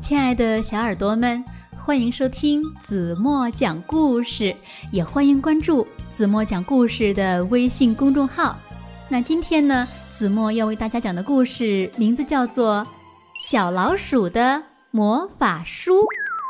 亲爱的小耳朵们，欢迎收听子墨讲故事，也欢迎关注子墨讲故事的微信公众号。那今天呢，子墨要为大家讲的故事名字叫做小老鼠的魔法书。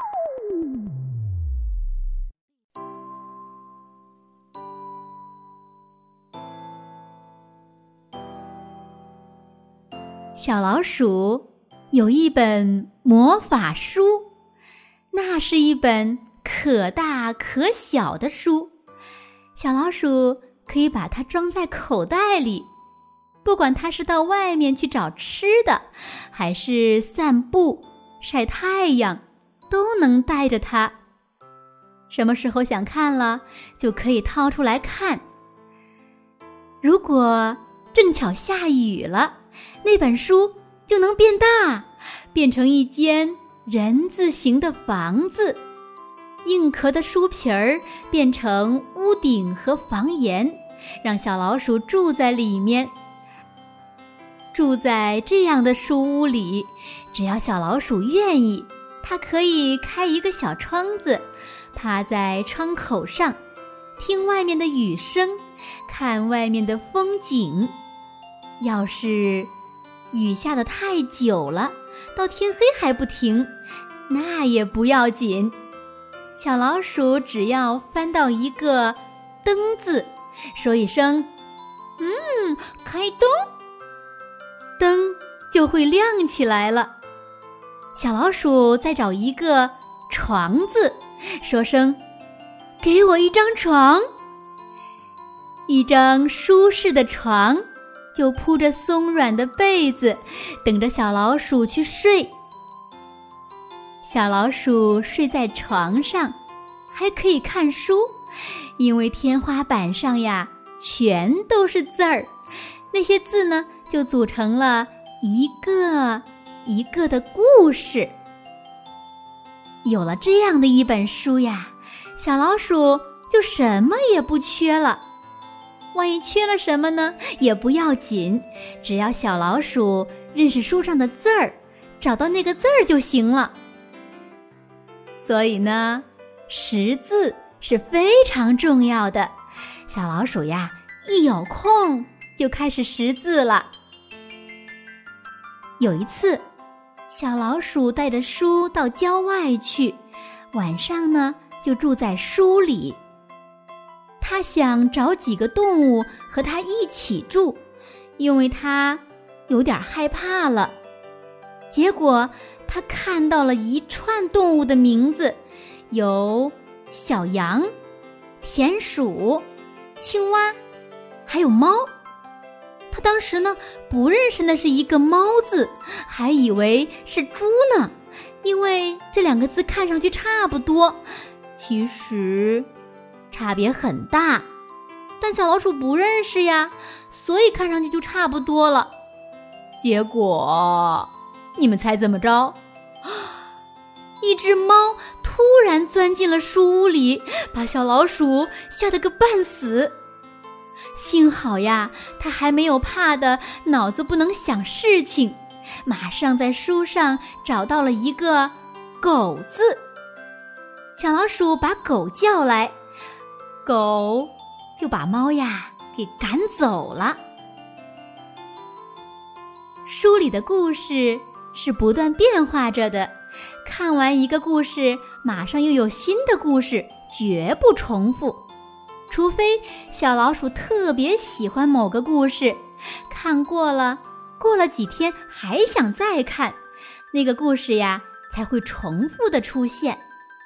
小老鼠有一本魔法书，那是一本可大可小的书，小老鼠可以把它装在口袋里，不管它是到外面去找吃的，还是散步、晒太阳，都能带着它。什么时候想看了，就可以掏出来看。如果正巧下雨了，那本书就能变大，变成一间人字形的房子，硬壳的书皮儿变成屋顶和房檐，让小老鼠住在里面。住在这样的书屋里，只要小老鼠愿意，它可以开一个小窗子，趴在窗口上，听外面的雨声，看外面的风景。要是雨下得太久了，到天黑还不停，那也不要紧。小老鼠只要翻到一个灯字，说一声开灯，灯就会亮起来了。小老鼠再找一个床字，说声给我一张床，一张舒适的床就铺着松软的被子，等着小老鼠去睡。小老鼠睡在床上，还可以看书，因为天花板上呀，全都是字儿，那些字呢，就组成了一个一个的故事。有了这样的一本书呀，小老鼠就什么也不缺了。万一缺了什么呢，也不要紧，只要小老鼠认识书上的字儿，找到那个字儿就行了。所以呢，识字是非常重要的。小老鼠呀，一有空就开始识字了。有一次，小老鼠带着书到郊外去，晚上呢，就住在书里。他想找几个动物和他一起住，因为他有点害怕了。结果他看到了一串动物的名字，有小羊、田鼠、青蛙，还有猫。他当时呢，不认识那是一个猫字，还以为是猪呢，因为这两个字看上去差不多，其实差别很大，但小老鼠不认识呀，所以看上去就差不多了。结果你们猜怎么着？一只猫突然钻进了书屋里，把小老鼠吓得个半死。幸好呀，它还没有怕的脑子不能想事情，马上在书上找到了一个狗字。小老鼠把狗叫来，狗就把猫呀给赶走了。书里的故事是不断变化着的，看完一个故事，马上又有新的故事，绝不重复。除非小老鼠特别喜欢某个故事，看过了，过了几天还想再看，那个故事呀才会重复的出现。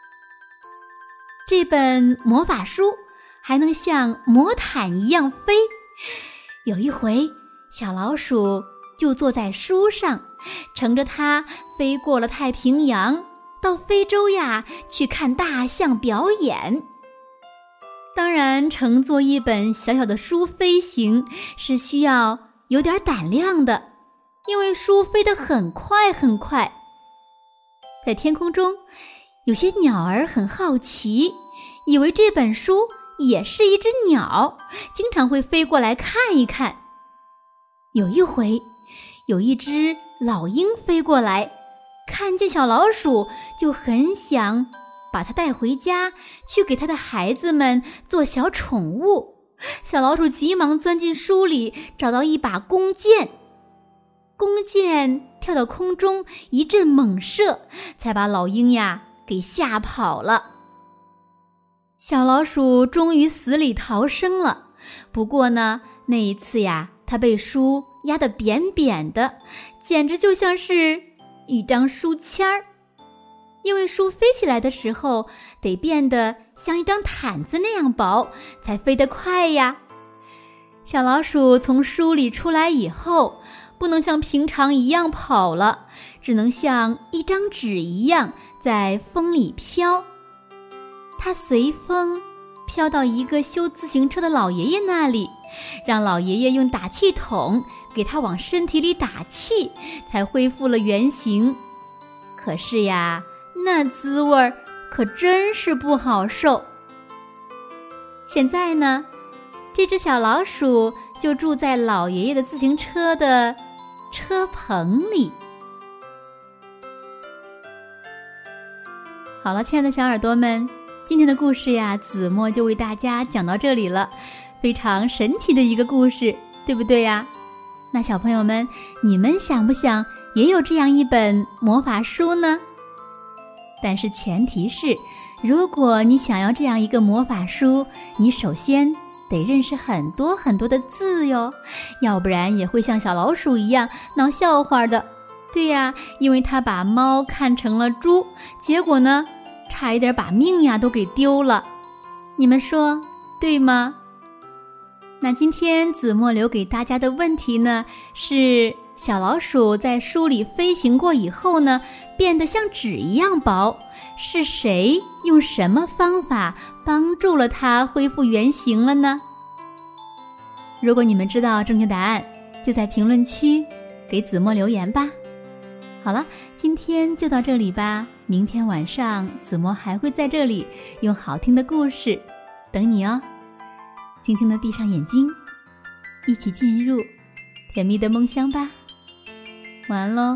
这本魔法书还能像魔毯一样飞。有一回，小老鼠就坐在书上，乘着它飞过了太平洋，到非洲呀去看大象表演。当然，乘坐一本小小的书飞行是需要有点胆量的，因为书飞得很快很快。在天空中，有些鸟儿很好奇，以为这本书也是一只鸟，经常会飞过来看一看。有一回，有一只老鹰飞过来， 看见小老鼠就很想把它带回家，去给他的孩子们做小宠物。小老鼠急忙钻进书里，找到一把弓箭。弓箭跳到空中，一阵猛射，才把老鹰呀给吓跑了。小老鼠终于死里逃生了。不过呢，那一次呀，它被书压得扁扁的，简直就像是一张书签儿。因为书飞起来的时候得变得像一张毯子那样薄，才飞得快呀。小老鼠从书里出来以后，不能像平常一样跑了，只能像一张纸一样在风里飘。它随风飘到一个修自行车的老爷爷那里，让老爷爷用打气筒给它往身体里打气，才恢复了原形。可是呀，那滋味儿可真是不好受。现在呢，这只小老鼠就住在老爷爷的自行车的车棚里。好了，亲爱的小耳朵们，今天的故事呀，子墨就为大家讲到这里了。非常神奇的一个故事，对不对呀？那小朋友们，你们想不想也有这样一本魔法书呢？但是前提是，如果你想要这样一个魔法书，你首先得认识很多很多的字哟，要不然也会像小老鼠一样闹笑话的。对呀，因为他把猫看成了猪，结果呢，差一点把命呀都给丢了。你们说对吗？那今天子墨留给大家的问题呢，是小老鼠在书里飞行过以后呢，变得像纸一样薄，是谁用什么方法帮助了它恢复原形了呢？如果你们知道正确答案，就在评论区给子墨留言吧。好了，今天就到这里吧，明天晚上子墨还会在这里用好听的故事等你哦。轻轻地闭上眼睛，一起进入甜蜜的梦乡吧。晚安喽。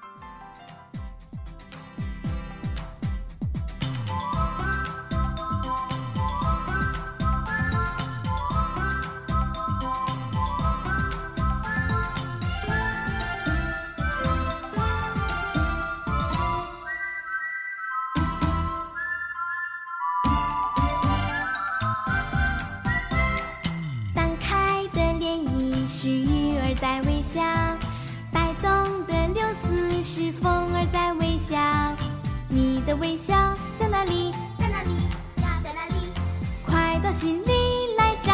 在微笑，摆动的柳丝是风儿在微笑。你的微笑在哪里？在哪里呀？在哪里？快到心里来找。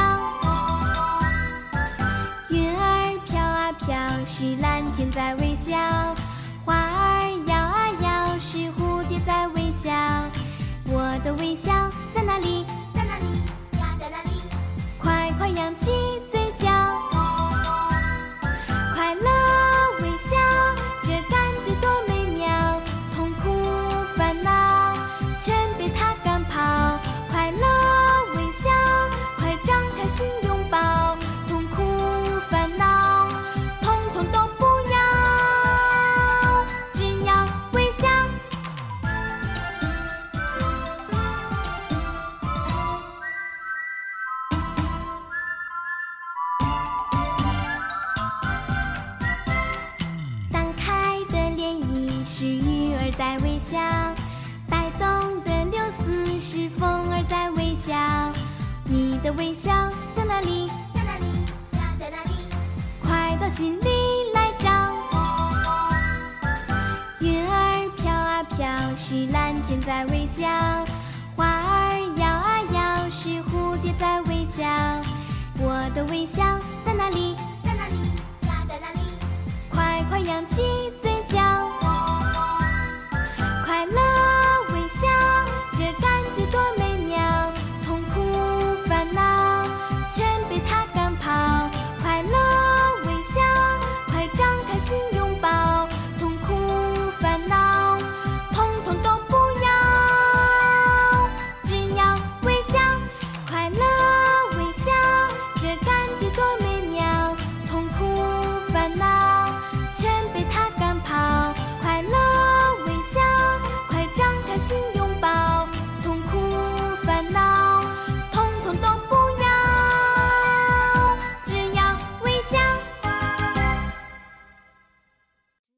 云儿飘啊飘，是蓝天在微笑。花儿摇啊摇，是蝴蝶在微笑。我的微笑在哪里？在哪里呀？在哪里？快快扬起嘴角。快乐微笑，这感觉多美妙，痛苦烦恼全被它赶跑。快乐微笑，快张开心拥抱，痛苦烦恼统统都不要，只要微笑。是鱼儿在微笑，摆动的柳丝是风儿在微笑。你的微笑在哪里？在哪里呀？在哪里？快到心里来找。云儿飘啊飘，是蓝天在微笑。花儿摇啊摇，是蝴蝶在微笑。我的微笑在哪里？在哪里呀？在哪里？快快扬起